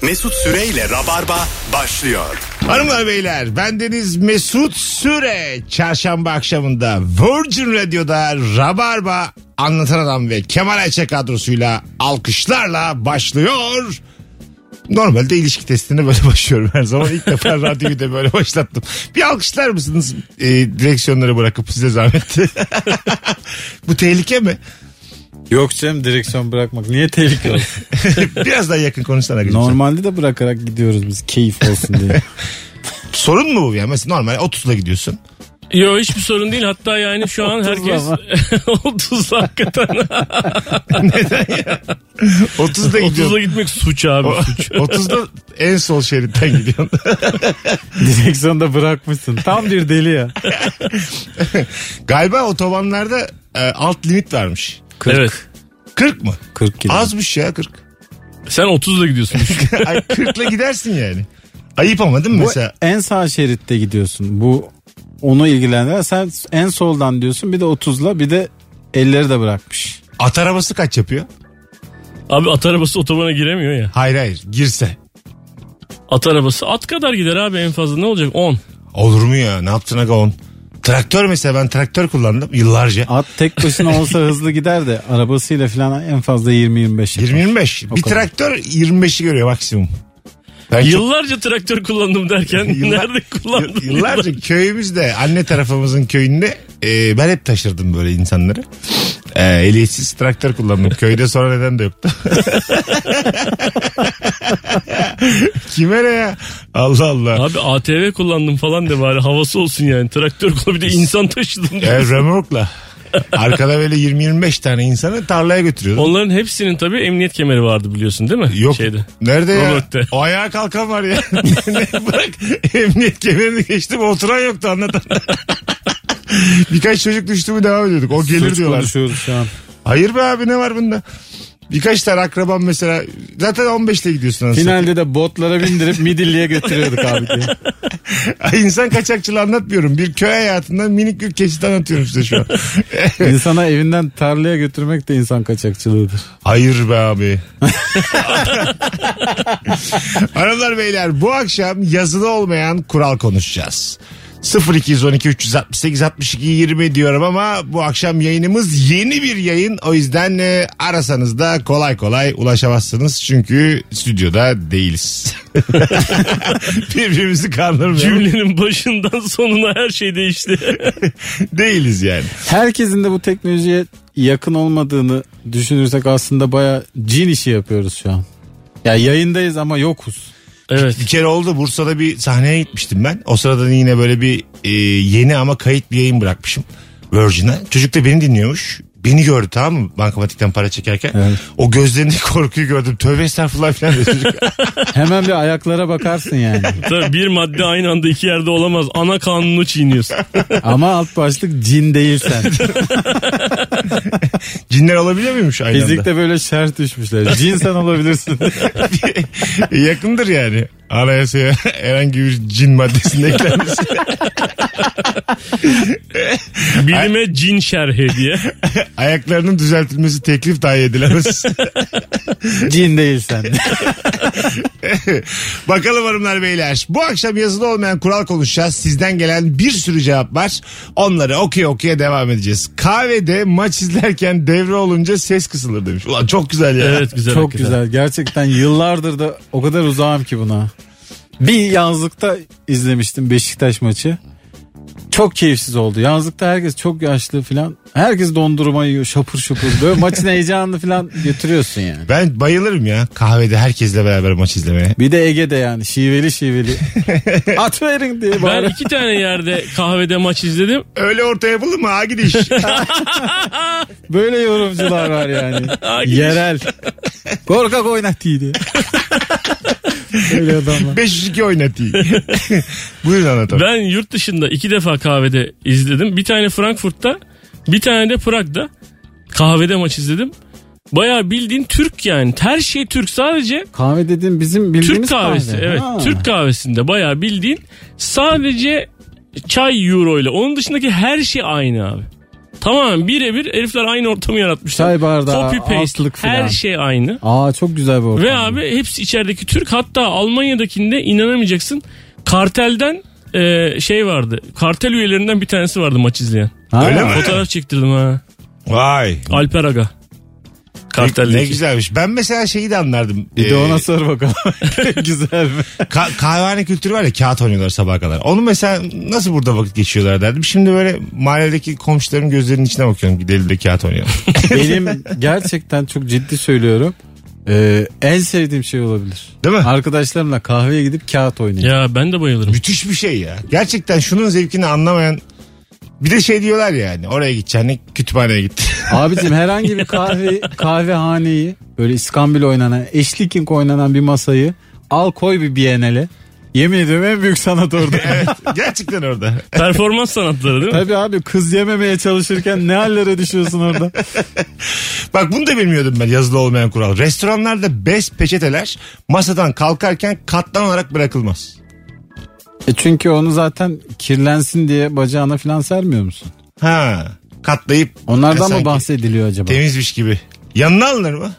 Mesut Süreyle Rabarba başlıyor. Hanımlar beyler, bendeniz Mesut Süre. Çarşamba akşamında Virgin Radio'da Rabarba Anlatan Adam ve Kemal Ayça kadrosuyla alkışlarla başlıyor. Normalde ilişki testine böyle başlıyorum her zaman. İlk defa radyoyu da böyle başlattım. Bir alkışlar mısınız direksiyonları bırakıp, size zahmet. Bu tehlike mi? Yok canım, direksiyon bırakmak niye tehlike olsun? Biraz daha yakın konuşsana. Normalde de bırakarak gidiyoruz biz, keyif olsun diye. Sorun mu bu ya? Mesela normal 30'la gidiyorsun. Yok, hiçbir sorun değil. Hatta yani şu an herkes 30 hakikaten. Neden ya? 30'da gidiyorsun. 30'a gitmek suç abi. Suç. 30'da en sol şeritten gidiyorsun. Direksiyonu bırakmışsın. Tam bir deli ya. Galiba otobanlarda alt limit varmış. 40. Evet. 40 mı? 40 kilo. Azmış ya 40. Sen 30'la gidiyorsun. 40'la gidersin yani. Ayıp ama değil mi Bu mesela? en sağ şeritte gidiyorsun. Bu onu ilgilendiren. Sen en soldan diyorsun, bir de 30'la, bir de elleri de bırakmış. At arabası kaç yapıyor? Abi at arabası otobana giremiyor ya. Hayır girse. At arabası at kadar gider abi, en fazla ne olacak, 10. Olur mu ya, ne yaptın aga 10? Traktör mesela, ben traktör kullandım yıllarca. At tek başına olsa hızlı gider de arabasıyla falan en fazla 20-25 yapar. 20-25. Bir kadar. Traktör 25'i görüyor maksimum. Ben Yıllarca traktör kullandım derken nerede kullandın? Yıllarca köyümüzde, anne tarafımızın köyünde ben hep taşırdım böyle insanları. Ehliyetsiz traktör kullandım. Köyde sonra neden de yoktu. Kime ne ya? Allah Allah. Abi ATV kullandım falan de bari, havası olsun yani. Traktör kullandım, bir de insan taşıdım. Römorkla. Arkada böyle 20-25 tane insanı tarlaya götürüyordum. Onların hepsinin tabii emniyet kemeri vardı, biliyorsun değil mi? Yok. Şeyde. Nerede ya? Römorkte. O ayağa kalkan var ya. Bırak emniyet kemerini geçtim, oturan yoktu, anlatan. Birkaç çocuk düştü mü devam ediyorduk. O gelir Suç diyorlar. konuşuyoruz şu an. Hayır be abi, ne var bunda? Birkaç tane akrabam mesela, zaten 15'te gidiyorsun aslında. Finalde de botlara bindirip Midilli'ye götürüyorduk abi diye. İnsan kaçakçılığı anlatmıyorum. Bir köy hayatından minik bir kesit anlatıyorum size şu an. İnsana evinden tarlaya götürmek de insan kaçakçılığıdır. Hayır be abi. Hanımlar beyler, bu akşam yazılı olmayan kural konuşacağız. 0212 368 62 20 diyorum ama bu akşam yayınımız yeni bir yayın. O yüzden arasanız da kolay kolay ulaşamazsınız. Çünkü stüdyoda değiliz. Birbirimizi kandırmayalım. Cümlenin başından sonuna her şey değişti. Değiliz yani. Herkesin de bu teknolojiye yakın olmadığını düşünürsek aslında bayağı cin işi yapıyoruz şu an. Ya yayındayız ama yokuz. Evet. Bir kere oldu, Bursa'da bir sahneye gitmiştim ben. O sırada yine böyle bir yeni ama kayıt bir yayın bırakmışım Virgin'e. Çocuk da beni dinliyormuş. Beni gördü, tamam mı, bankamatikten para çekerken. Evet. O gözlerindeki korkuyu gördüm. Tövbe estağfurullah falan dedi çocuk. Hemen bir ayaklara bakarsın yani. Tabii bir madde aynı anda iki yerde olamaz. Ana kanunu çiğniyorsun. Ama alt başlık cin değilsen. Cinler olabiliyor muymuş aynı anda? Fizikte böyle şart düşmüşler. Cin sen olabilirsin. Yakındır yani. Anayasaya herhangi bir cin maddesinin eklenmesi. Bilime cin şerhi diye. Ayaklarının düzeltilmesi teklif dahi edilemez. Cin değilsen. Bakalım hanımlar beyler. Bu akşam yazılı olmayan kural konuşacağız. Sizden gelen bir sürü cevap var. Onları okuya devam edeceğiz. Kahvede maç izlerken devre olunca ses kısılır demiş. Ulan çok güzel ya. Evet, güzel. Çok hakikaten. güzel. Gerçekten yıllardır da o kadar uzağım ki buna. Bir yazlıkta izlemiştim Beşiktaş maçı. Çok keyifsiz oldu. Yazlıkta herkes çok yaşlı falan. Herkes dondurma yiyor, şapur şupur. Böyle maçın heyecanını falan götürüyorsun yani. Ben bayılırım ya kahvede herkesle beraber maç izlemeye. Bir de Ege'de yani şiveli. At verin diye Ben bağırıyor. 2 tane yerde kahvede maç izledim. Öyle ortaya yapılır mı? Ha gidiş. Böyle yorumcular var yani. Hangi Yerel. Korkak oynattıydı. Öyle adamlar. 502 oynatayım. Buyurun anlatalım. Ben yurt dışında 2 defa kahvede izledim. Bir tane Frankfurt'ta, bir tane de Prag'da kahvede maç izledim. Bayağı bildiğin Türk yani. Her şey Türk, sadece Kahve dediğin bizim bildiğimiz Türk kahvesi. kahve. Evet, Ha. Türk kahvesinde bayağı bildiğin sadece çay euro ile. Onun dışındaki her şey aynı abi. Tamamen birebir herifler aynı ortamı yaratmışlar. Çay bardağı, Copy paste, altlık filan. her şey aynı. Çok güzel bir ortam. Ve abi hepsi içerideki Türk. Hatta Almanya'dakinde inanamayacaksın. Kartelden şey vardı. Kartel üyelerinden bir tanesi vardı maç izleyen. Öyle mi? Fotoğraf çektirdim ha. Vay. Alper Aga. Karteldeki. Ne güzelmiş. Ben mesela şeyi de anlardım. Bir de ona sor bakalım. Güzel mi? Kahvehane kültürü var ya, kağıt oynuyorlar sabaha kadar. Onu mesela nasıl burada vakit geçiyorlar derdim. Şimdi böyle mahalledeki komşuların gözlerinin içine bakıyorum. Gidelim de kağıt oynayalım. Benim gerçekten çok ciddi söylüyorum. En sevdiğim şey olabilir. Değil mi? Arkadaşlarımla kahveye gidip kağıt oynayayım. Ya ben de bayılırım. Müthiş bir şey ya. Gerçekten şunun zevkini anlamayan, bir de şey diyorlar yani, oraya gideceksin, kütüphaneye git. Abicim herhangi bir kahvehaneyi, böyle iskambil oynanan, eşliking oynanan bir masayı al koy bir Biennale. Yemin ediyorum en büyük sanat orada. Evet, gerçekten orada. Performans sanatları değil mi? Tabii abi, kız yememeye çalışırken ne hallere düşüyorsun orada. Bak bunu da bilmiyordum ben, yazılı olmayan kural. Restoranlarda bez peçeteler masadan kalkarken katlanarak bırakılmaz. Çünkü onu zaten kirlensin diye bacağına falan sermiyor musun? Ha, katlayıp. Onlardan mı sanki bahsediliyor acaba? temizmiş gibi. Yanına alınır mı?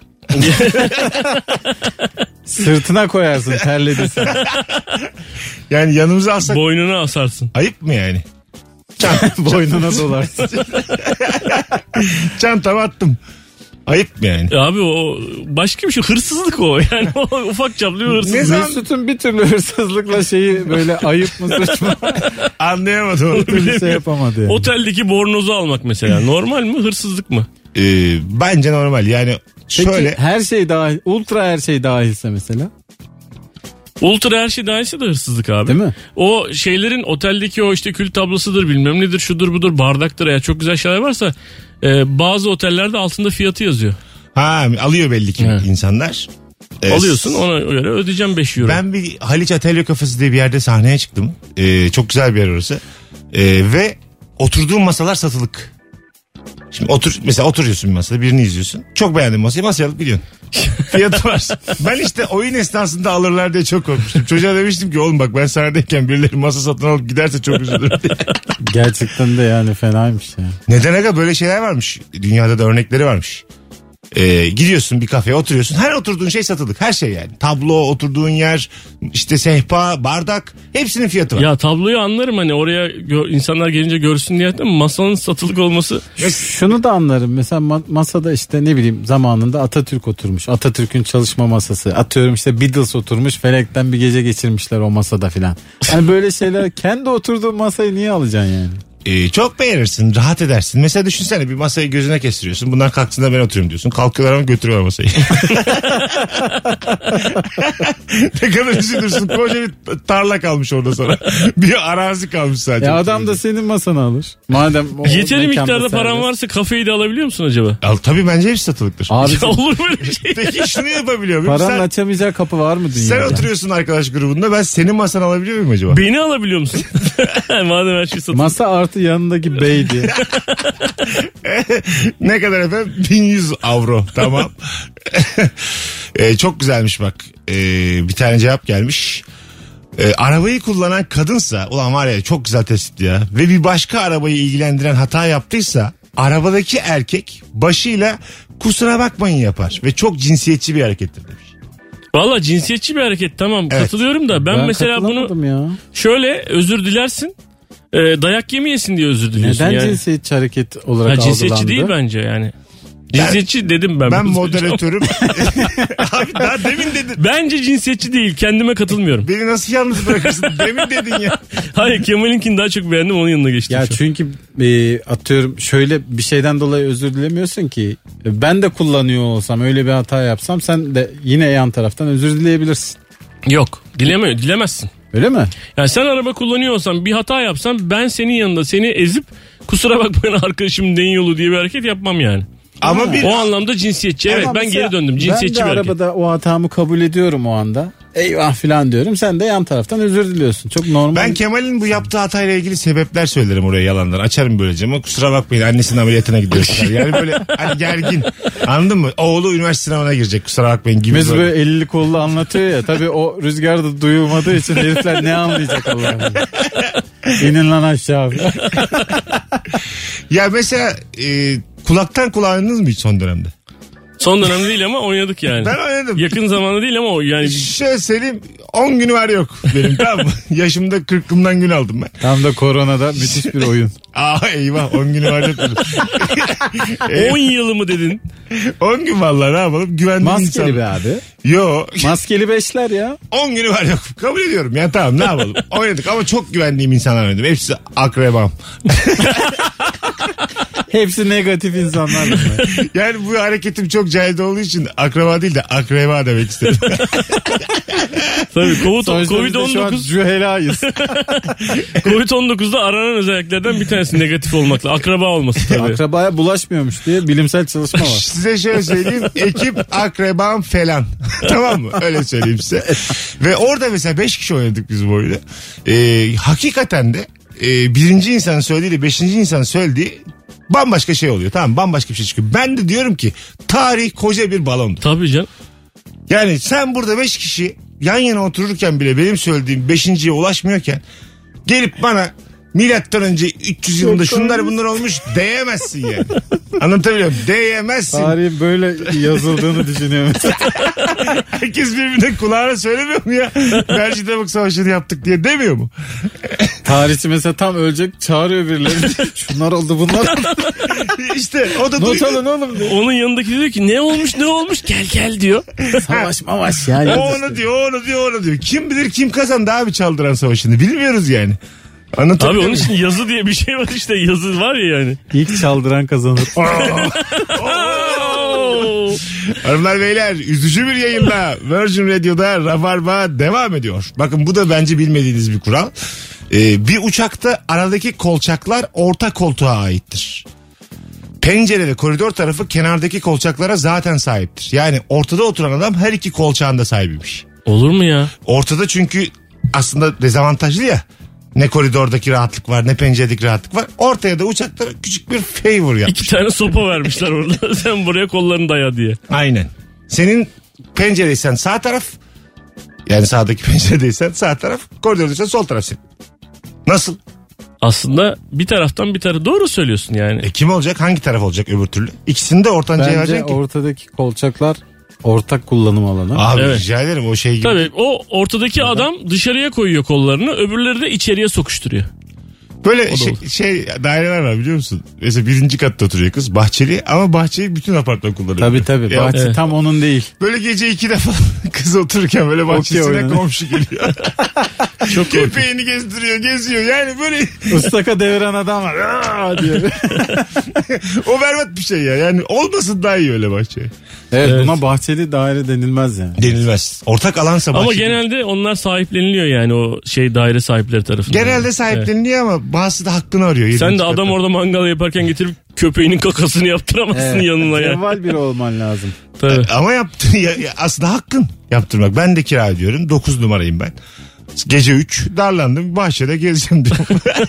Sırtına koyarsın terlediysen. Yani yanımıza alsak Boynuna asarsın. ayıp mı yani? Boynuna dolarsın. Çantama attım. Ayıp mı yani? Abi o başka bir şey, hırsızlık o. Yani o ufak çaplı bir hırsızlık. Ne zaman Mesut'un bir türlü hırsızlıkla şeyi böyle ayıp mı suç mu anlayamadım onu. bir şey yapamadı yani. Oteldeki bornozu almak mesela normal mi, hırsızlık mı? Bence normal yani. Peki Şöyle her şey dahil, ultra her şey dahilse mesela, Ultra her şey dahilse de hırsızlık abi. değil mi? O şeylerin oteldeki o işte kül tablasıdır, bilmem nedir, şudur budur, bardaktır, ya çok güzel şeyler varsa bazı otellerde altında fiyatı yazıyor. alıyor belli ki Evet. insanlar. Alıyorsun, ona göre ödeyeceğim 5 euro. Ben bir Haliç Atölye Kafası diye bir yerde sahneye çıktım. Çok güzel bir yer orası. Ve oturduğum masalar satılık. Şimdi mesela oturuyorsun bir masada, birini izliyorsun. Çok beğendin masayı, masaya alıp gidiyorsun. Fiyatı var. Ben işte oyun esnasında alırlar diye çok korkmuştum. Çocuğa demiştim ki oğlum bak, ben sahnedeyken birileri masa satın alıp giderse çok üzülürüm diye. Gerçekten de yani fenaymış ya. Neden aga, böyle şeyler varmış. Dünyada da örnekleri varmış. Gidiyorsun bir kafeye, oturuyorsun. Her oturduğun şey satılık. Her şey yani. Tablo, oturduğun yer, işte sehpa, bardak, hepsinin fiyatı var. Ya tabloyu anlarım, hani oraya insanlar gelince görsün diye, ama masanın satılık olması. Şunu da anlarım. Mesela masada işte ne bileyim zamanında Atatürk oturmuş. Atatürk'ün çalışma masası. Atıyorum işte Beatles oturmuş. Felekten bir gece geçirmişler o masada filan. Hani böyle şeyler, kendi oturduğun masayı niye alacaksın yani? Çok beğenirsin, rahat edersin. Mesela düşünsene, bir masayı gözüne kestiriyorsun. Bunlar kalktığında ben oturuyorum diyorsun. Kalkıyorlar ama götürüyorlar masayı. Ne kadar üzülürsün. Koca bir tarla kalmış orada sana. Bir arazi kalmış sadece. Ya adam da senin masanı alır. Madem o Yeteri mekanda miktarda paran serbest. varsa kafeyi de alabiliyor musun acaba? Tabii bence hepsi satılıktır. Abi Ya olur böyle bir şey. Peki şunu yapabiliyor muyum? paranın Sen, açamayacağı kapı var mı sen dünyada? oturuyorsun arkadaş grubunda, ben senin masanı alabiliyor muyum acaba? Beni alabiliyor musun? Madem her şey satılık. Masa artı yanındaki bey diye. Ne kadar efendim? 1100 avro. Tamam. Çok güzelmiş bak. Bir tane cevap gelmiş. Arabayı kullanan kadınsa, ulan var ya çok güzel tespit ya, ve bir başka arabayı ilgilendiren hata yaptıysa, arabadaki erkek başıyla kusura bakmayın yapar ve çok cinsiyetçi bir harekettir demiş. Valla cinsiyetçi bir hareket, tamam, Evet. katılıyorum da ben mesela bunu katılamadım ya. şöyle özür dilersin, dayak yemeyesin diye özür diliyorsun. Neden yani. cinsiyetçi hareket olarak Cinsiyetçi algılandı? değil bence yani. Cinsiyetçi dedim ben. Ben bunu moderatörüm. Abi daha demin dedin. Bence cinsiyetçi değil, kendime katılmıyorum. Beni nasıl yalnız bırakırsın? Demin dedin ya. Hayır, Kemal'inkini daha çok beğendim, onun yanına geçtim. Ya şu an. çünkü atıyorum şöyle bir şeyden dolayı özür dilemiyorsun ki. Ben de kullanıyor olsam, öyle bir hata yapsam, sen de yine yan taraftan özür dileyebilirsin. Yok, dilemezsin. Öyle mi? Yani sen araba kullanıyorsan, bir hata yapsan, ben senin yanında seni ezip kusura bakmayın arkadaşım deyin yolu diye bir hareket yapmam yani. Ama bir O anlamda cinsiyetçi. Evet, Ama ben mesela geri döndüm. Cinsiyetçi ben bir de hareket. arabada o hatamı kabul ediyorum o anda. Eyvah filan diyorum. Sen de yan taraftan özür diliyorsun. Çok normal. ben Kemal'in bu yaptığı hatayla ilgili sebepler söylerim oraya, yalanlar. Açarım böylece, ama kusura bakmayın annesinin ameliyatına gidiyorsun. Yani böyle hani gergin. Anladın mı? Oğlu üniversite sınavına girecek, kusura bakmayın gibi. Biz böyle elli kollu anlatıyor ya. Tabii o rüzgarda duyulmadığı için herifler ne anlayacak Allah'ım. İnin lan aşağı. Ya mesela kulaktan kulağa oynadınız mı hiç son dönemde? Son dönem değil ama oynadık yani. Ben oynadım. Yakın zamanda değil ama o yani. Şöyle söyleyeyim 10 günü var yok benim, tamam mı? Yaşımda 40'ımdan gün aldım ben. Tam da koronada müthiş bir oyun. Aa eyvah 10 günü var yok dedim. 10 yılı mı dedin? 10 gün vallahi ne yapalım, güvendiğim Maskeli insan. be abi. Yo. Maskeli beşler ya. 10 günü var yok. Kabul ediyorum ya, tamam ne yapalım. Oynadık ama çok güvendiğim insanlar oynadım. Hepsi akrabam. Hepsi negatif insanlar bunlar. Yani bu hareketim çok cahil olduğu için akraba değil de akraba demek istedim. Tabii Sonuçta biz de şu an Covid-19 cühelayız. Covid-19'da aranan özelliklerden bir tanesi negatif olmakla. Akraba olması tabii. Akrabaya bulaşmıyormuş diye bilimsel çalışma var. Size şöyle söyleyeyim. Ekip akrabam falan. Tamam mı? Öyle söyleyeyim size. Ve orada mesela 5 kişi oynadık biz bu oyunu. Hakikaten de birinci insanın söylediğiyle 5. insanın söylediği bambaşka şey oluyor. Tamam, bambaşka bir şey çıkıyor. Ben de diyorum ki tarih koca bir balondur. Tabii canım. Yani sen burada 5 kişi yan yana otururken bile benim söylediğim 5.'ye ulaşmıyorken gelip bana milattan önce 300 yılında şunlar bunlar olmuş diyemezsin yani. Anlatabiliyor muyum? Diyemezsin. Tarihin böyle yazıldığını düşünüyorum. Herkes birbirine kulağına söylemiyor mu ya? Mercidabık Savaşı'nı yaptık diye demiyor mu? Tarihçi mesela tam ölecek çağırıyor birilerini. Şunlar oldu bunlar oldu. İşte o da Not alın oğlum diyor. Onun yanındaki diyor ki ne olmuş gel gel diyor. Savaş mavaş ya. O ona diyor, ona diyor, ona diyor. Kim bilir kim kazandı abi Çaldıran Savaşı'nı, bilmiyoruz yani. Abi Anlatabiliyor onun muyum? için yazı diye bir şey var işte, yazı var ya yani. İlk çaldıran kazanır. Hanımlar beyler, üzücü bir yayınla Virgin Radio'da Rabarba devam ediyor. Bakın bu da bence bilmediğiniz bir kural. Bir uçakta aradaki kolçaklar orta koltuğa aittir. Pencere ve koridor tarafı kenardaki kolçaklara zaten sahiptir. Yani ortada oturan adam her iki kolçağın da sahibiymiş. Olur mu ya? Ortada çünkü aslında dezavantajlı ya. Ne koridordaki rahatlık var, ne penceredeki rahatlık var. Ortaya da uçaklara küçük bir favor yapmış. 2 tane sopa vermişler orada. Sen buraya kollarını daya diye. Aynen. Senin penceredeysen sağ taraf, yani sağdaki penceredeysen sağ taraf, koridordaysan sol taraf senin. Nasıl? Aslında bir taraftan bir taraf. Doğru söylüyorsun yani. Kim olacak? Hangi taraf olacak öbür türlü? İkisini de ortancaya Bence vereceksin ki. ortadaki kolçaklar ortak kullanım alanı. Abi Evet. rica ederim, o şey gibi. Tabii o ortadaki adam dışarıya koyuyor kollarını, öbürleri de içeriye sokuşturuyor. Böyle da şey daireler var biliyor musun? Mesela 1. katta oturuyor kız, bahçeli, ama bahçeyi bütün apartman kullanıyor. Tabii. Ya, Bahçe Evet. tam onun değil. böyle gece 2'de falan kız otururken böyle bahçesine oyunu. komşu geliyor. Çok Köpeğini gezdiriyor, geziyor. Yani böyle Istaka deviren adam var. Aa diye. o berbat bir şey ya. Yani olmasın daha iyi öyle bahçe. Evet, Evet. buna bahçeli daire denilmez yani. Denilmez. Ortak alansa bahçe. Ama genelde onlar sahipleniliyor yani, o şey daire sahipleri tarafından. Genelde sahipleniliyor ama bazısı da hakkını arıyor. Evet. Sen 7. de adam katta. orada mangal yaparken getirip köpeğinin kakasını yaptıramazsın yanına ya. Cevval biri olman lazım. Tabii. Ama aslında hakkın yaptırmak. Ben de kira ödüyorum. 9 numarayım ben. Gece 3 darlandım, bahçede gezeceğim diyorum.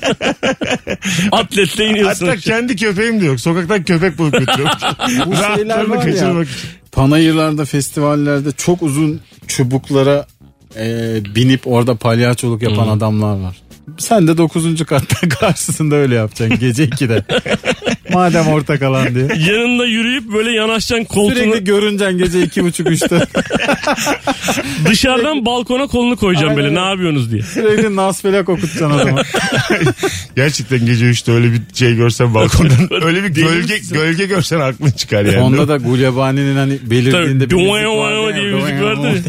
Atletle iniyorsun. Hatta kendi köpeğim de yok. Sokaktan köpek bulup götürüyorum. Bu şeyler Rahatlarını var ya. kaçırmak için. Panayırlarda, festivallerde çok uzun çubuklara binip orada palyaçoluk yapan adamlar var. Sen de 9. katta karşısında öyle yapacaksın gece 2'de. Madem ortak alan diye. Yanında yürüyüp böyle yanaşacaksın koltuğunu. Sürekli görüneceksin gece 2.30-3'te. Dışarıdan balkona kolunu koyacaksın böyle, Aynen. ne yapıyorsunuz diye. Sürekli nasfelak okutacaksın adama. Gerçekten gece 3'te öyle bir şey görsen balkondan, öyle bir gölge görsen aklın çıkar yani. Onda da Gulyabani'nin hani belirdiğinde Tabii. bir müzik Duvayo vardı diye ya, müzik vardı ya.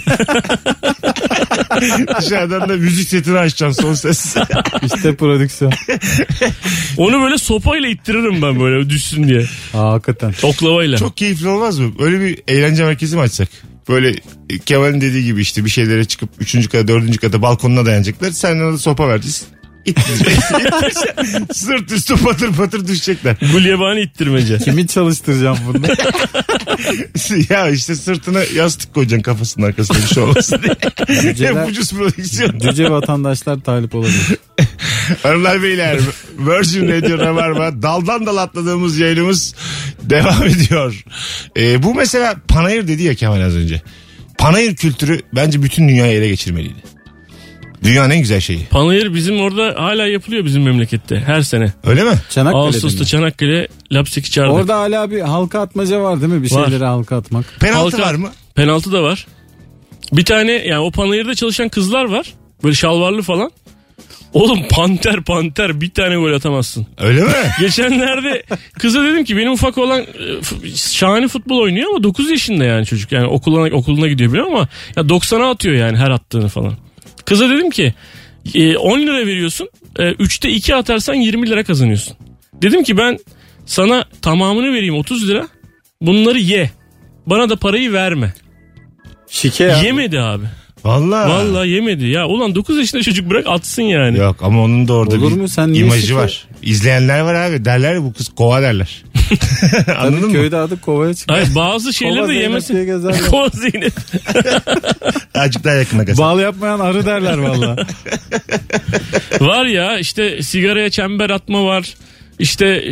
Dışarıdan da müzik setini açacaksın, son ses. İşte prodüksiyon. Onu böyle sopayla ittiririm ben böyle düşsün diye. Hakikaten. Oklavayla. Çok keyifli olmaz mı? Öyle bir eğlence merkezi mi açsak? Böyle Kemal'in dediği gibi işte bir şeylere çıkıp 3. kata 4. kata balkonuna dayanacaklar. Sen ona sopa vereceğiz. Sırt üstü patır patır düşecekler. Gulyabani ittirmece. Kimi çalıştıracağım bunu? Ya işte sırtına yastık koyacaksın kafasının arkasına, bir şey olmasın diye. Hep ucuz prodüksiyon. Cüce vatandaşlar talip olabilir. Hanımlar beyler, Virgin Radio Rabarba daldan dal atladığımız yayınımız devam ediyor. Bu mesela panayır dedi ya Kemal az önce. Panayır kültürü bence bütün dünyayı ele geçirmeliydi. Dünyanın en güzel şeyi. Panayır bizim orada hala yapılıyor bizim memlekette her sene. Öyle mi? Çanakkale'de mi? Çanakkale Lapseki Çardak. Orada hala bir halka atmaca var değil mi? Bir Var. şeyleri halka atmak. Penaltı var mı? Penaltı da var. Bir tane yani o panayırda çalışan kızlar var. Böyle şalvarlı falan. Oğlum panter bir tane gol atamazsın. Öyle mi? Geçenlerde kıza dedim ki benim ufak olan şahane futbol oynuyor ama 9 yaşında yani çocuk. Yani okuluna gidiyor bile ama ya 90'a atıyor yani her attığını falan. Kıza dedim ki 10 lira veriyorsun. 3'te 2 atarsan 20 lira kazanıyorsun. Dedim ki ben sana tamamını vereyim 30 lira. Bunları ye. Bana da parayı verme. Şike ya. Yemedi abi. Vallahi yemedi. Ya ulan 9 yaşında çocuk bırak atsın yani. Yok ama onun da orada Olur bir mu? Sen niye imajı şike- var. İzleyenler var abi. Derler bu kız kova derler. Anladın Tabii mı? köyde adı kovaya çıkıyor. Hayır, bazı şeyleri Kova de Zeynep yemesin. diye gezerler. Kova Zeynep. Azıcık daha yakına kaçın. Bal yapmayan arı derler valla. Var ya işte sigaraya çember atma var. İşte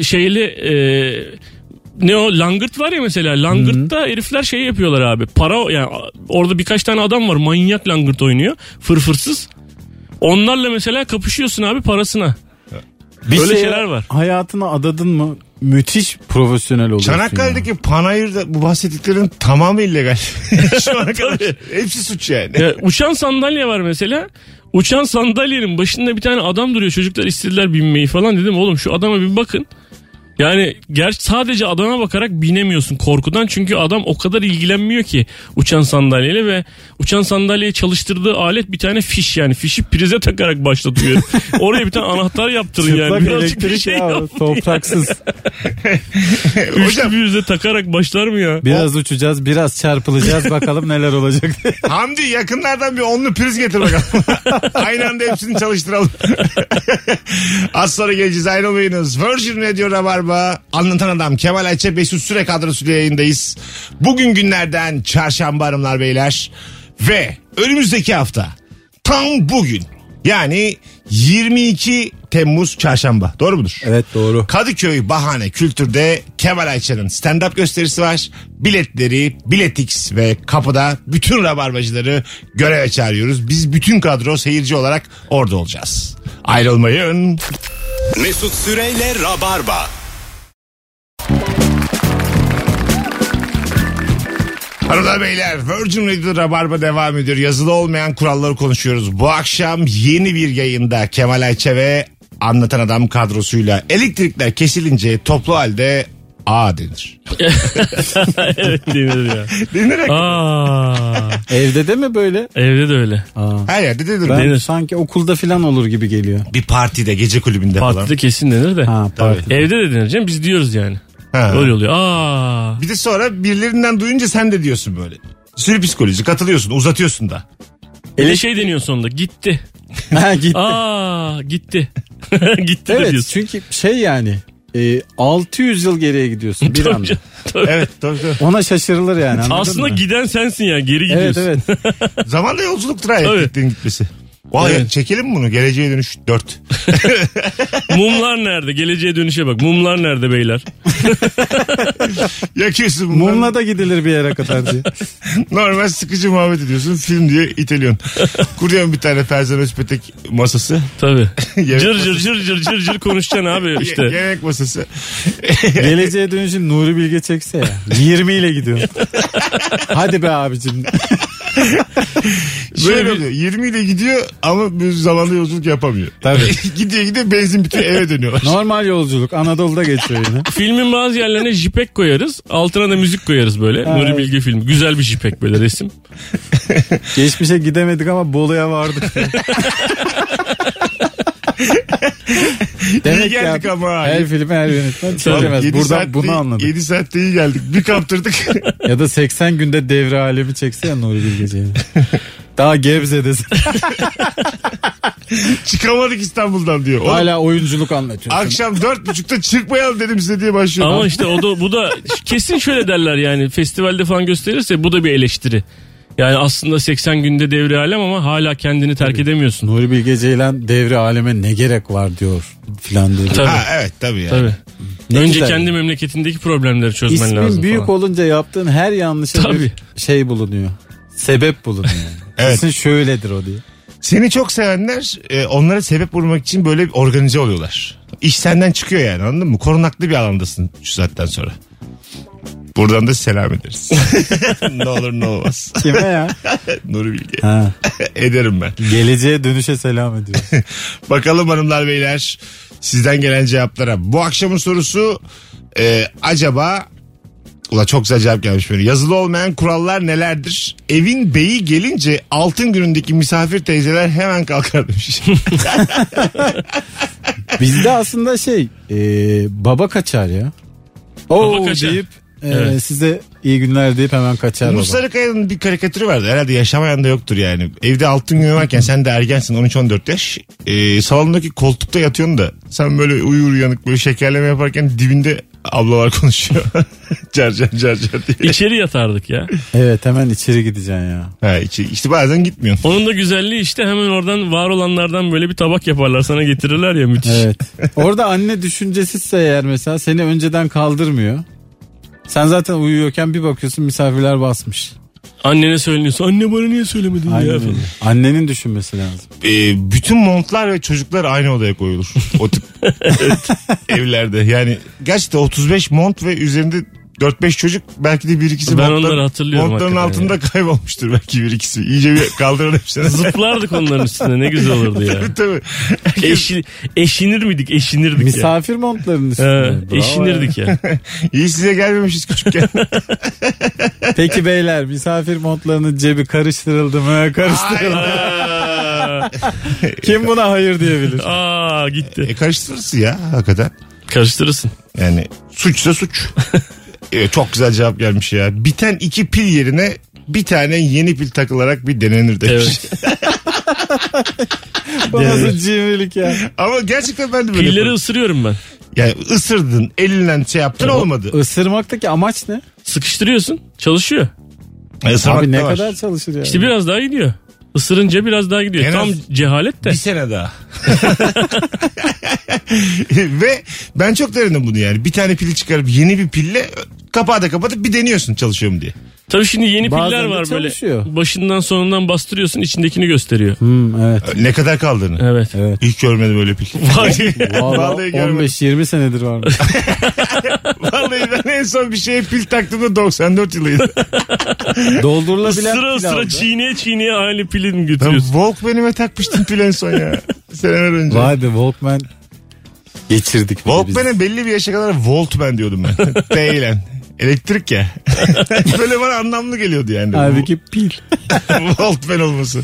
ne o langırt var ya mesela. Langırtta herifler şey yapıyorlar abi. Para yani orada birkaç tane adam var manyak langırt oynuyor. Fırfırsız. Onlarla mesela kapışıyorsun abi parasına. Bir Öyle şeye şeyler var. Hayatını adadın mı müthiş profesyonel oluyorsun. Çanakkale'deki panayırda bu bahsettiklerin tamamı illegal. Şu ana kadar. Hepsi suç yani. Ya, uçan sandalye var mesela. Uçan sandalyenin başında bir tane adam duruyor. Çocuklar istediler binmeyi falan. Dedim oğlum şu adama bir bakın. Yani sadece adama bakarak binemiyorsun korkudan. Çünkü adam o kadar ilgilenmiyor ki uçan sandalyeyle ve uçan sandalyeyi çalıştırdığı alet bir tane fiş yani. Fişi prize takarak başlatıyor. Oraya bir tane anahtar yaptırın yani. Çıplak Birazcık bir elektrik şey ya yap. topraksız. Üçlü bir yüze takarak başlar mı ya? Biraz uçacağız biraz çarpılacağız bakalım neler olacak. Hamdi yakınlardan bir onlu priz getir bakalım. Aynı anda hepsini çalıştıralım. Az sonra geleceğiz, ayrılmayınız. Virgin Radio Rabarba. Anlatan Adam Kemal Ayça Mesut Süre kadrosuyla yayındayız. Bugün günlerden çarşamba hanımlar beyler. Ve önümüzdeki hafta tam bugün yani 22 Temmuz çarşamba, doğru mudur? Evet doğru. Kadıköy Bahane Kültür'de Kemal Ayça'nın stand-up gösterisi var. Biletleri Biletix ve kapıda bütün rabarbacıları göreve çağırıyoruz. Biz bütün kadro seyirci olarak orada olacağız. Ayrılmayın. Mesut Süreyle Rabarba. Hanımlar beyler, Virgin Radio'da Rabarba devam ediyor. Yazılı olmayan kuralları konuşuyoruz. Bu akşam yeni bir yayında Kemal Ayça ve Anlatan Adam kadrosuyla elektrikler kesilince toplu halde A denir. Evet denir ya. Denir. Evde de mi böyle? Evde de öyle. Her yerde denir. Ben Denir. sanki okulda falan olur gibi geliyor. Bir partide, gece kulübünde falan. Partide kesin denir de. Ha parti. Evde de denir canım, biz diyoruz yani. Ha. Öyle oluyor. Bir de sonra birilerinden duyunca sen de diyorsun böyle. Sürü psikoloji, katılıyorsun, uzatıyorsun da. Bir de şey deniyor sonunda, gitti. Ha gitti. Gitti. Gitti de Evet diyorsun. çünkü şey yani 600 yıl geriye gidiyorsun bir Tabii anda. canım, tabii. Evet, tabii. Ona şaşırılır yani. anladın Aslında mı? giden sensin ya, geri Evet gidiyorsun. evet. Zamanda yolculuktur ha, Tabii. elektriğin gitmesi. Vay, Evet. çekelim mi bunu? Geleceğe dönüş 4. Mumlar nerede? Geleceğe dönüşe bak. Mumlar nerede beyler? Yakıyorsun bunları. Mumla da gidilir bir yere kadar diye. Normal sıkıcı muhabbet ediyorsun. Film diye iteliyorsun. Kuruyorsun bir tane Ferzan Özpetek masası. Tabii. Yemek Cır masası. cır cır konuşacaksın abi işte. Yemek masası. Geleceğe dönüşün Nuri Bilge çekse ya. 20 ile gidiyor. Hadi be abicim. Böyle oluyor. 20 ile gidiyor ama bir zamanda yolculuk yapamıyor. Tabii. gidiyor benzin bitiyor, eve dönüyorlar. Normal yolculuk Anadolu'da geçiyor yine. Filmin bazı yerlerine jipek koyarız. Altına da müzik koyarız böyle. Ha, Nuri evet. Bilge filmi. Güzel bir jipek böyle resim. Geçmişe gidemedik ama Bolu'ya vardık. İyi geldik ama. Her filmi her yönetmen çekemez. Buradan bunu anladık. 7 saatte iyi geldik. Bir kaptırdık. Ya da 80 günde devre alemi çekse ya Nuri Bilgeci'yi. Daha Gebze'desin. Çıkamadık İstanbul'dan diyor. Oğlum, Hala oyunculuk anlatıyorsun. akşam 4.30'da çıkmayalım dedim size diye başlıyor. Ama işte bu da kesin şöyle derler yani, festivalde falan gösterirse bu da bir eleştiri. Yani aslında 80 günde devre alem ama hala kendini terk edemiyorsun. Nuri Bilge Ceylan devre aleme ne gerek var diyor filan diyor. Tabii. Ha, evet tabii yani. Tabii. Ne Önce güzel kendi ya. memleketindeki problemleri çözmen İsmin lazım büyük falan. olunca yaptığın her yanlışa Tabii. bir şey bulunuyor. Sebep bulunuyor. Evet. Kesin şöyledir o diye. Seni çok sevenler onlara sebep bulmak için böyle organize oluyorlar. İş senden çıkıyor yani, anladın mı? Korunaklı bir alandasın şu saatten sonra. Buradan da selam ederiz. Ne olur ne olmaz. Kime ya? Nuri Bilge. Ha. Ederim ben. Geleceğe dönüşe selam ediyoruz. Bakalım hanımlar beyler sizden gelen cevaplara. Bu akşamın sorusu acaba... Ula çok güzel cevap gelmiş böyle. Yazılı olmayan kurallar nelerdir? Evin beyi gelince altın günündeki misafir teyzeler hemen kalkar demiş. Bizde aslında baba kaçar ya. Baba kaçar. Deyip Evet. size iyi günler deyip hemen kaçar baba. Musa Sarıkaya'nın bir karikatürü vardı. Herhalde yaşamayan da yoktur yani. Evde altın günü varken sen de ergensin 13-14 yaş. Salondaki koltukta yatıyorsun da sen böyle uyur uyanık böyle şekerleme yaparken dibinde ablalar konuşuyor. Car diye. İçeri yatardık ya. Evet, hemen içeri gideceksin ya. Ha, işte bazen gitmiyorsun. Onun da güzelliği işte hemen oradan var olanlardan böyle bir tabak yaparlar sana getirirler ya, müthiş. Evet. Orada anne düşüncesizse eğer mesela seni önceden kaldırmıyor. Sen zaten uyuyorken bir bakıyorsun misafirler basmış. Annene söyleniyorsun. Anne bana niye söylemedin Aynen ya? öyle. Annenin düşünmesi lazım. Bütün montlar ve çocuklar aynı odaya koyulur. O tip evlerde. Yani gerçekten 35 mont ve üzerinde 4-5 çocuk, belki de 1-2'si Ben onları hatırlıyorum montların hakikaten altında kaybolmuştur belki 1-2'si. İyice bir kaldırın hepsini. Zıplardık onların üstüne, ne güzel olurdu ya. Tabii. Eşinir miydik? Eşinirdik ya. Misafir montlarının üstünde. Bravo Eşinirdik ya. İyi size gelmemişiz küçükken. Peki beyler, misafir montlarının cebi karıştırıldı mı? Karıştırıldı. Aa. Kim buna hayır diyebilir? Aa gitti. Karıştırırsın ya hakikaten. Karıştırırsın. Yani suçsa suç. Evet, çok güzel cevap gelmiş ya. Biten 2 pil yerine bir tane yeni pil takılarak bir denenir demiş. Evet. Bu nasıl cimrilik ya? Ama gerçekten ben de böyle Pilleri yaparım. ısırıyorum ben. Yani ısırdın, elinden yaptın, olmadı. Isırmaktaki amaç ne? Sıkıştırıyorsun. Çalışıyor. Isırmak Abi da ne var. kadar çalışır ya? İşte biraz daha gidiyor. Isırınca biraz daha gidiyor. En Tam az cehalet de. Bir sene daha. Ve ben çok denedim bunu yani. Bir tane pili çıkarıp yeni bir pille kapağı da kapatıp bir deniyorsun çalışıyor mu diye. Tabii şimdi yeni Bazen piller de var böyle. çalışıyor. Başından sonundan bastırıyorsun, içindekini gösteriyor. Evet. Ne kadar kaldığını. Evet. Evet. Hiç görmedim öyle pil. Vallahi görmedim. 15-20 senedir varmış. Vallahi ben en son bir şeye pil taktığımda 94 yılıydı. Doldurulabilen Sıra pil sıra aldı. çiğneye aynı pili mi Ben götürüyorsun? Walkman'ime takmıştım pil en son ya. Seneler önce. Vay be, Walkman geçirdik. Walkman'e belli bir yaşa kadar Voltman diyordum ben. Değilen. Elektrik ya. Böyle bana anlamlı geliyordu yani. Halbuki pil. Walkman olması.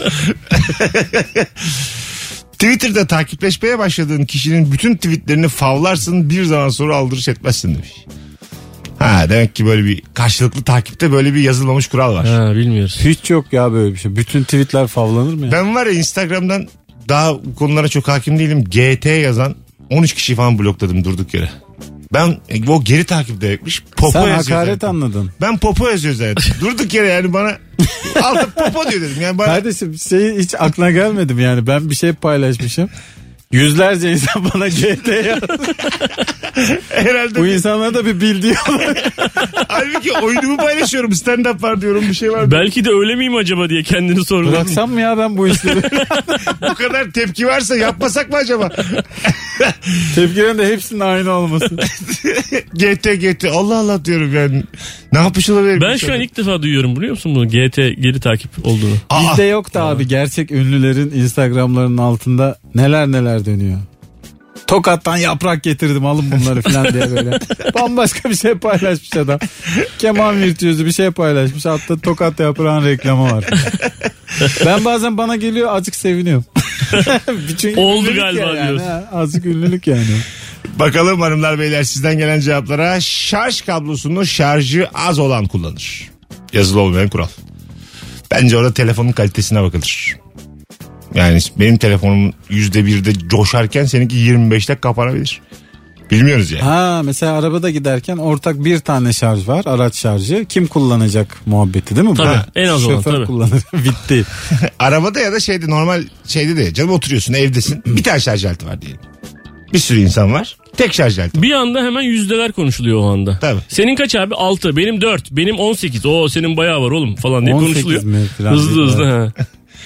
Twitter'da takipleşmeye başladığın kişinin bütün tweetlerini favlarsın, bir zaman sonra aldırış etmezsin demiş. Ha, demek ki böyle bir karşılıklı takipte böyle bir yazılmamış kural var. Ha, bilmiyoruz. Hiç yok ya böyle bir şey. Bütün tweetler favlanır mı ya? Ben var ya, Instagram'dan daha bu konulara çok hakim değilim. GT yazan 13 kişi falan blokladım durduk yere. Ben o geri takipte yapmış. Popo Sen yazıyor hakaret zaten. anladın. Ben popo yazıyor zaten. Durduk yere yani bana altı popo diyor dedim. Yani bana Kardeşim hiç aklına gelmedi mi yani? Ben bir şey paylaşmışım. Yüzlerce insan bana GT yazdı. herhalde Bu insanlar da bir bildiği var. halbuki oyunumu paylaşıyorum. Stand up var diyorum, bir şey var. Belki de öyle miyim acaba diye kendini sorguladın. Bıraksam mı ya ben bu işleri? Bu kadar tepki varsa yapmasak mı acaba? Tepkilerin de hepsinin aynı olması. GT Allah Allah diyorum yani. Ne yapmış olabilir? Ben şu an ilk defa duyuyorum, biliyor musun bunu? GT geri takip olduğunu. Bizde yok da abi, gerçek ünlülerin Instagram'larının altında neler dönüyor. Tokat'tan yaprak getirdim, alın bunları falan diye böyle. Bambaşka bir şey paylaşmış adam. Keman virtüözü bir şey paylaşmış. Hatta Tokat yaprağın reklamı var. Ben bazen bana geliyor, azıcık seviniyorum. Çünkü Oldu ünlülük galiba ya yani, diyorsun. ha, azıcık ünlülük yani. Bakalım hanımlar beyler sizden gelen cevaplara. Şarj kablosunu şarjı az olan kullanır. Yazılı olmayan kural. Bence orada telefonun kalitesine bakılır. Yani benim telefonum %1'de coşarken seninki 25'te kapanabilir. Bilmiyoruz yani. Ha, mesela arabada giderken ortak bir tane şarj var, araç şarjı. Kim kullanacak muhabbeti değil mi? Tabii, en az olan, Şoför tabii. kullanır. Bitti. Arabada ya da şeyde, normal şeyde de canım, oturuyorsun evdesin. Bir tane şarj aleti var diyelim. Bir sürü insan var. Tek şarj aleti. Bir anda hemen yüzdeler konuşuluyor o anda. Tabii. Senin kaç abi? 6. Benim 4. Benim 18. Oo senin bayağı var oğlum falan diye 18 konuşuluyor. mi falan Hızlı diye. hızlı ha.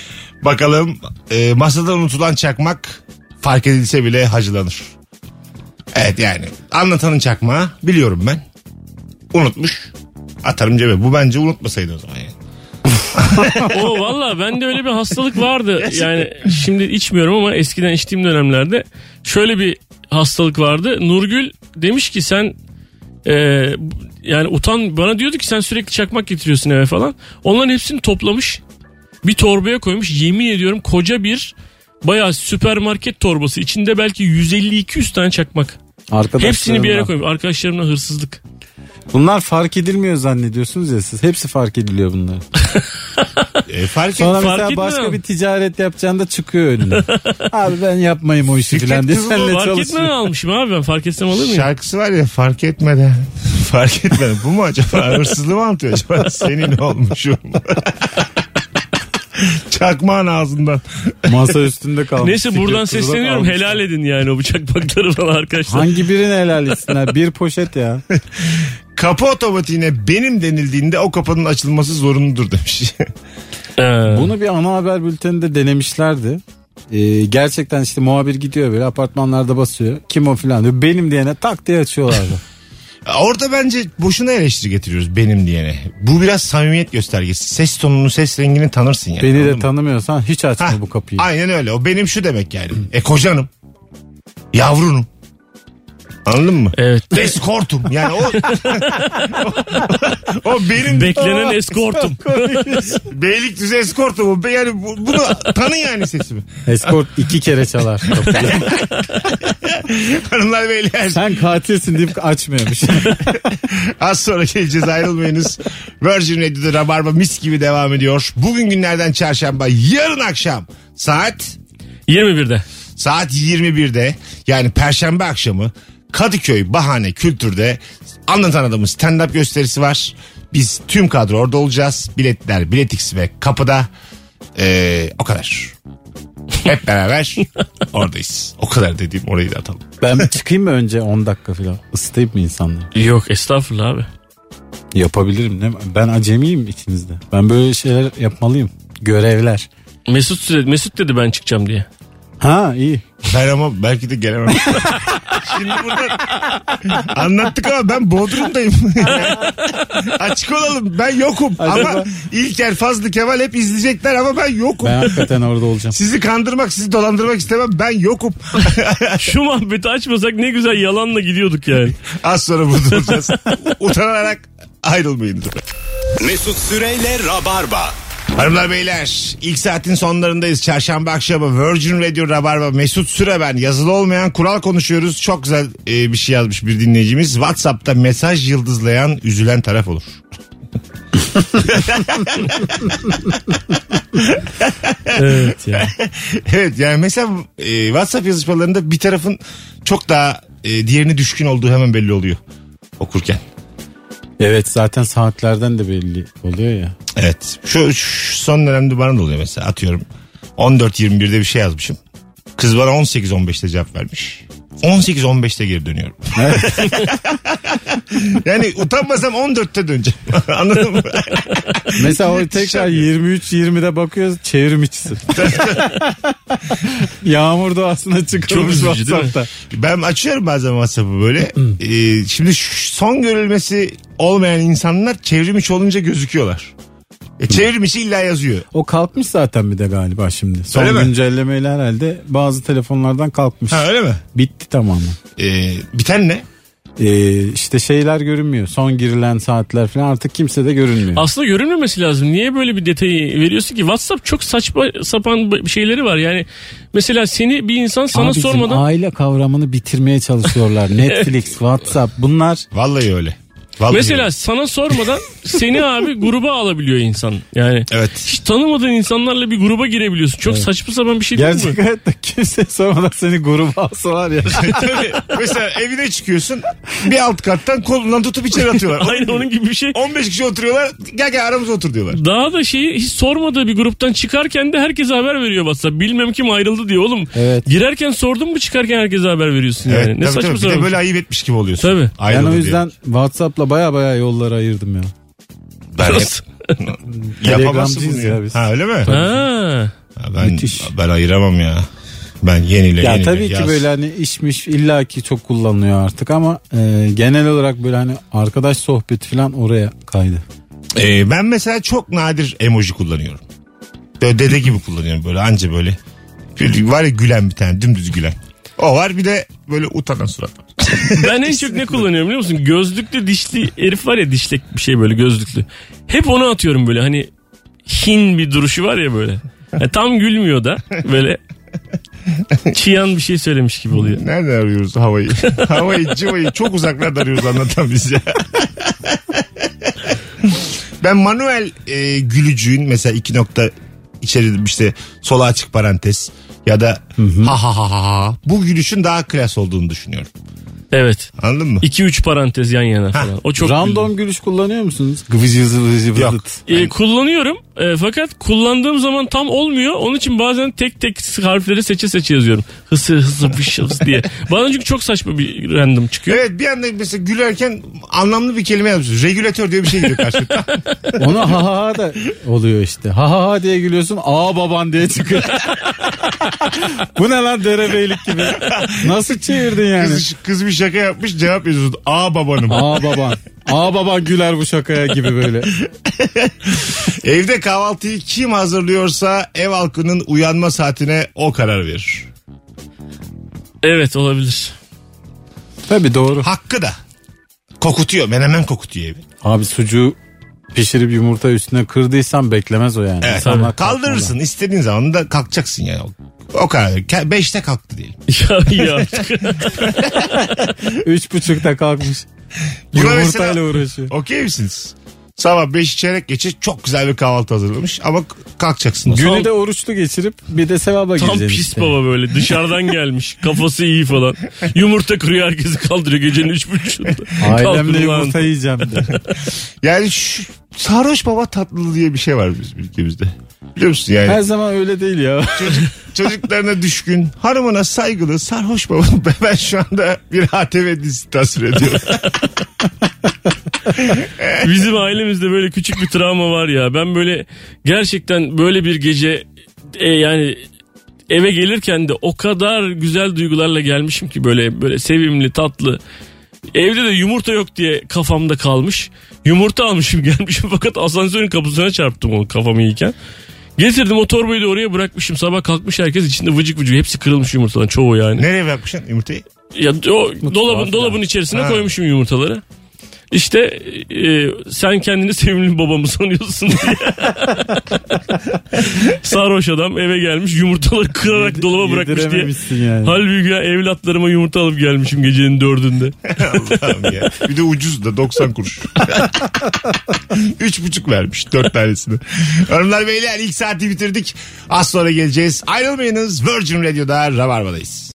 Bakalım masadan unutulan çakmak fark edilse bile hacılanır. Evet yani anlatanın çakmağı biliyorum ben. Unutmuş. Atarım cebe. Bu bence unutmasaydı o zaman yani. O valla bende öyle bir hastalık vardı. Yani şimdi içmiyorum ama eskiden içtiğim dönemlerde şöyle bir hastalık vardı. Nurgül demiş ki sen yani bana diyordu ki sen sürekli çakmak getiriyorsun eve falan. Onların hepsini toplamış. Bir torbaya koymuş. Yemin ediyorum koca bir bayağı süpermarket torbası. İçinde belki 150-200 tane çakmak. Hepsini bir yere koymuş. Arkadaşlarımla hırsızlık. Bunlar fark edilmiyor zannediyorsunuz ya siz. Hepsi fark ediliyor bunlar. Sonra mesela başka bir ticaret yapacağında çıkıyor önüne. Abi ben yapmayayım o işi falan diye senle fark çalışıyor. etmeden almışım abi ben fark etsem alır mıyım? Şarkısı var ya fark etmeden. Fark etmeden. Bu mu acaba? Hırsızlığı mı anlatıyor acaba? Senin olmuşum. Çakmağın ağzından. Masa üstünde kalmış. Neyse buradan sesleniyorum. Helal edin yani o çakmakları falan arkadaşlar. Hangi birini helal etsinler? Bir poşet ya. Kapı otomatiğine benim denildiğinde o kapının açılması zorunludur demiş. Bunu bir ana haber bülteninde denemişlerdi. Gerçekten işte muhabir gidiyor böyle apartmanlarda basıyor. Kim o filan diyor. Benim diyene tak diye açıyorlardı. Orada bence boşuna eleştiri getiriyoruz benim diyene. Bu biraz samimiyet göstergesi. Ses tonunu, ses rengini tanırsın yani. Beni de tanımıyorsan hiç açma bu kapıyı. Aynen öyle. O benim şu demek yani. Kocanım. Yavrunum. Anladın mı? Evet. Eskortum. Yani o benim. Beklenen eskortum. Beylikdüzü eskortum. Yani bunu tanı yani sesimi. Eskort 2 kere çalar kapıyı. Hanımlar beyler. Sen katilsin deyip açmıyormuş. Az sonra geleceğiz, ayrılmayınız. Virgin Radio'da Rabarba mis gibi devam ediyor. Bugün günlerden çarşamba, yarın akşam saat 21'de. Saat 21'de yani Perşembe akşamı Kadıköy Bahane Kültür'de Anlatan Adam'ın stand-up gösterisi var. Biz tüm kadro orada olacağız. Biletler Biletix ve kapıda. O kadar. Hep beraber oradayız. O kadar dediğim orayı da atalım. Ben çıkayım mı önce 10 dakika falan? Isıtayım mı insanları? Yok estağfurullah abi. Yapabilirim değil mi? Ben acemiyim içinizde. Ben böyle şeyler yapmalıyım. Görevler. Mesut dedi ben çıkacağım diye. Ha iyi. Ben ama belki de gelemem. Şimdi burada anlattık ama ben Bodrum'dayım. Açık olalım, ben yokum. Acaba... Ama İlker, Fazlı, Kemal hep izleyecekler ama ben yokum. Ben hakikaten orada olacağım. Sizi kandırmak, sizi dolandırmak istemem, ben yokum. Şu muhabbeti açmasak ne güzel yalanla gidiyorduk yani. Az sonra burada olacağız. Utanarak ayrılmayın. Mesut Süreyle Rabarba. Hanımlar beyler, ilk saatin sonlarındayız. Çarşamba akşamı Virgin Radio Rabarba, Mesut Süre ben. Yazılı olmayan kural konuşuyoruz. Çok güzel bir şey yazmış bir dinleyicimiz. WhatsApp'ta mesaj yıldızlayan üzülen taraf olur. Evet ya. Evet yani mesela WhatsApp yazışmalarında bir tarafın çok daha diğerine düşkün olduğu hemen belli oluyor okurken. Evet zaten saatlerden de belli oluyor ya. Evet şu son dönemde bana da oluyor mesela, atıyorum 14.21'de bir şey yazmışım. Kız bana 18.15'te cevap vermiş. 18.15'te geri dönüyorum. Evet. Yani utanmasam 14'te döneceğim. Anladın mı? Mesela o tekrar 23-20'de bakıyoruz, çevrim içisi. Yağmur doğasına çıkılmış WhatsApp'ta. Ben açıyorum bazen WhatsApp'ı böyle. Şimdi son görülmesi olmayan insanlar çevrim içi olunca gözüküyorlar. Çevrim içi illa yazıyor. O kalkmış zaten bir de galiba şimdi. Son Öyle mi? güncellemeyle herhalde bazı telefonlardan kalkmış. Ha öyle mi? Bitti tamamen. Biten ne? İşte şeyler görünmüyor. Son girilen saatler falan artık kimse de görünmüyor. Aslında görünmemesi lazım. Niye böyle bir detayı veriyorsun ki? WhatsApp çok saçma sapan şeyleri var. Yani mesela seni bir insan sana Abicim, sormadan... aile kavramını bitirmeye çalışıyorlar. Netflix, WhatsApp bunlar. Vallahi öyle. Vallahi Mesela öyle. sana sormadan seni abi gruba alabiliyor insan. Yani evet. Hiç tanımadığın insanlarla bir gruba girebiliyorsun. Çok saçma sapan bir şey değil mi? Gerçek hayatta kimse sormadan seni gruba alsa var ya. Tabii. Mesela evine çıkıyorsun, bir alt kattan kolundan tutup içeri atıyorlar. Aynen onun gibi bir şey. 15 kişi oturuyorlar, gel aramıza otur diyorlar. Daha da şeyi hiç sormadığı bir gruptan çıkarken de herkese haber veriyor WhatsApp. Bilmem kim ayrıldı diyor oğlum. Evet. Girerken sordun mu, çıkarken herkese haber veriyorsun yani. Evet, Ne tabii, saçma tabii. Bir sapan. de böyle ayıp etmiş gibi oluyorsun. Tabii. Ben Ayrıldı o yüzden diye. WhatsApp'la baya yolları ayırdım ya. Ben Telegramcıyız ya biz. Ha öyle mi? Ha. Ben ayıramam ya. Ben yenile. Tabii ki böyle hani işmiş illaki çok kullanılıyor artık ama genel olarak böyle hani arkadaş sohbeti falan oraya kaydı. Ben mesela çok nadir emoji kullanıyorum. Böyle dede gibi kullanıyorum böyle anca böyle. Var ya gülen bir tane dümdüz gülen. O var bir de böyle utanan surat. Ben en çok ne kullanıyorum biliyor musun? Gözlüklü dişli herif var ya, dişlek bir şey böyle gözlüklü. Hep onu atıyorum böyle hani hin bir duruşu var ya böyle. Yani tam gülmüyor da böyle çiyan bir şey söylemiş gibi oluyor. Nereden arıyoruz havayı? Cıvayı çok uzaklarda arıyoruz anlatan biz ya. Ben manuel gülücüğün mesela 2 nokta içeri işte sola açık parantez ya da ha bu gülüşün daha klas olduğunu düşünüyorum. Evet. Anladın mı? 2-3 parantez yan yana falan. O çok random gülüş kullanıyor musunuz? Yok. Kullanıyorum fakat kullandığım zaman tam olmuyor. Onun için bazen tek harfleri seçe yazıyorum. Hısı fış diye. Bazen çünkü çok saçma bir random çıkıyor. Evet, bir anda mesela gülerken anlamlı bir kelime yazıyorsun. Regülatör diye bir şey geliyor karşıda. Ona ha da oluyor işte. Ha diye gülüyorsun. Aa baban diye çıkıyor. Bu ne lan derebeylik gibi. Nasıl çevirdin yani? Kız bir şaka yapmış, cevap yazıyorsun. Aa babanım. Aa baban. Aa baban güler bu şakaya gibi böyle. Evde kahvaltıyı kim hazırlıyorsa ev halkının uyanma saatine o karar verir. Evet, olabilir. Tabii doğru. Hakkı da. Kokutuyor. Menemen kokutuyor evi. Abi sucuğu pişirip yumurta üstüne kırdıysan beklemez o yani. Evet. Kaldırırsın. İstediğin zaman da kalkacaksın yani. O kadar. 5'te kalktı diyelim. ya. 3.30'da kalkmış. Yumurtayla uğraşıyor. Okey misiniz? Sabah 5 çeyrek geçe çok güzel bir kahvaltı hazırlamış ama kalkacaksın. Günü de oruçlu geçirip bir de sevaba gireceksin. Tam pis işte. baba böyle dışarıdan gelmiş. Kafası iyi falan. Yumurta kırıyor, herkesi kaldırıyor gecenin 3.30'da. Ailemle yumurta yiyeceğim de. Yani sarhoş baba tatlılığı diye bir şey var bizim ülkemizde. Biliyor musun yani? Her zaman öyle değil ya. Çocuklarına düşkün, hanımına saygılı, sarhoş baba. Ben şu anda bir ATV dizisi tasvir ediyorum. Bizim ailemizde böyle küçük bir travma var ya. Ben böyle gerçekten böyle bir gece yani eve gelirken de o kadar güzel duygularla gelmişim ki böyle sevimli, tatlı. Evde de yumurta yok diye kafamda kalmış. Yumurta almışım gelmişim fakat asansörün kapısına çarptım onu kafamı yiyken. Getirdim o torbayı da oraya bırakmışım. Sabah kalkmış herkes içinde vıcık vıcık. Hepsi kırılmış yumurtadan çoğu yani. Nereye bırakmışsın yumurtayı? Ya o dolabın içerisine koymuşum yumurtaları. İşte sen kendini sevimli babamı sanıyorsun diye. Sarhoş adam eve gelmiş yumurtaları kırarak dolaba bırakmış diye. Yani. Halbuki ya evlatlarıma yumurta alıp gelmişim gecenin 4'ünde. Allah'ım ya. Bir de ucuz da 90 kuruş. 3,5 vermiş 4 tanesini. Hanımlar beyler ilk saati bitirdik. Az sonra geleceğiz. Ayrılmayınız. Virgin Radio'da Rabarba'dayız.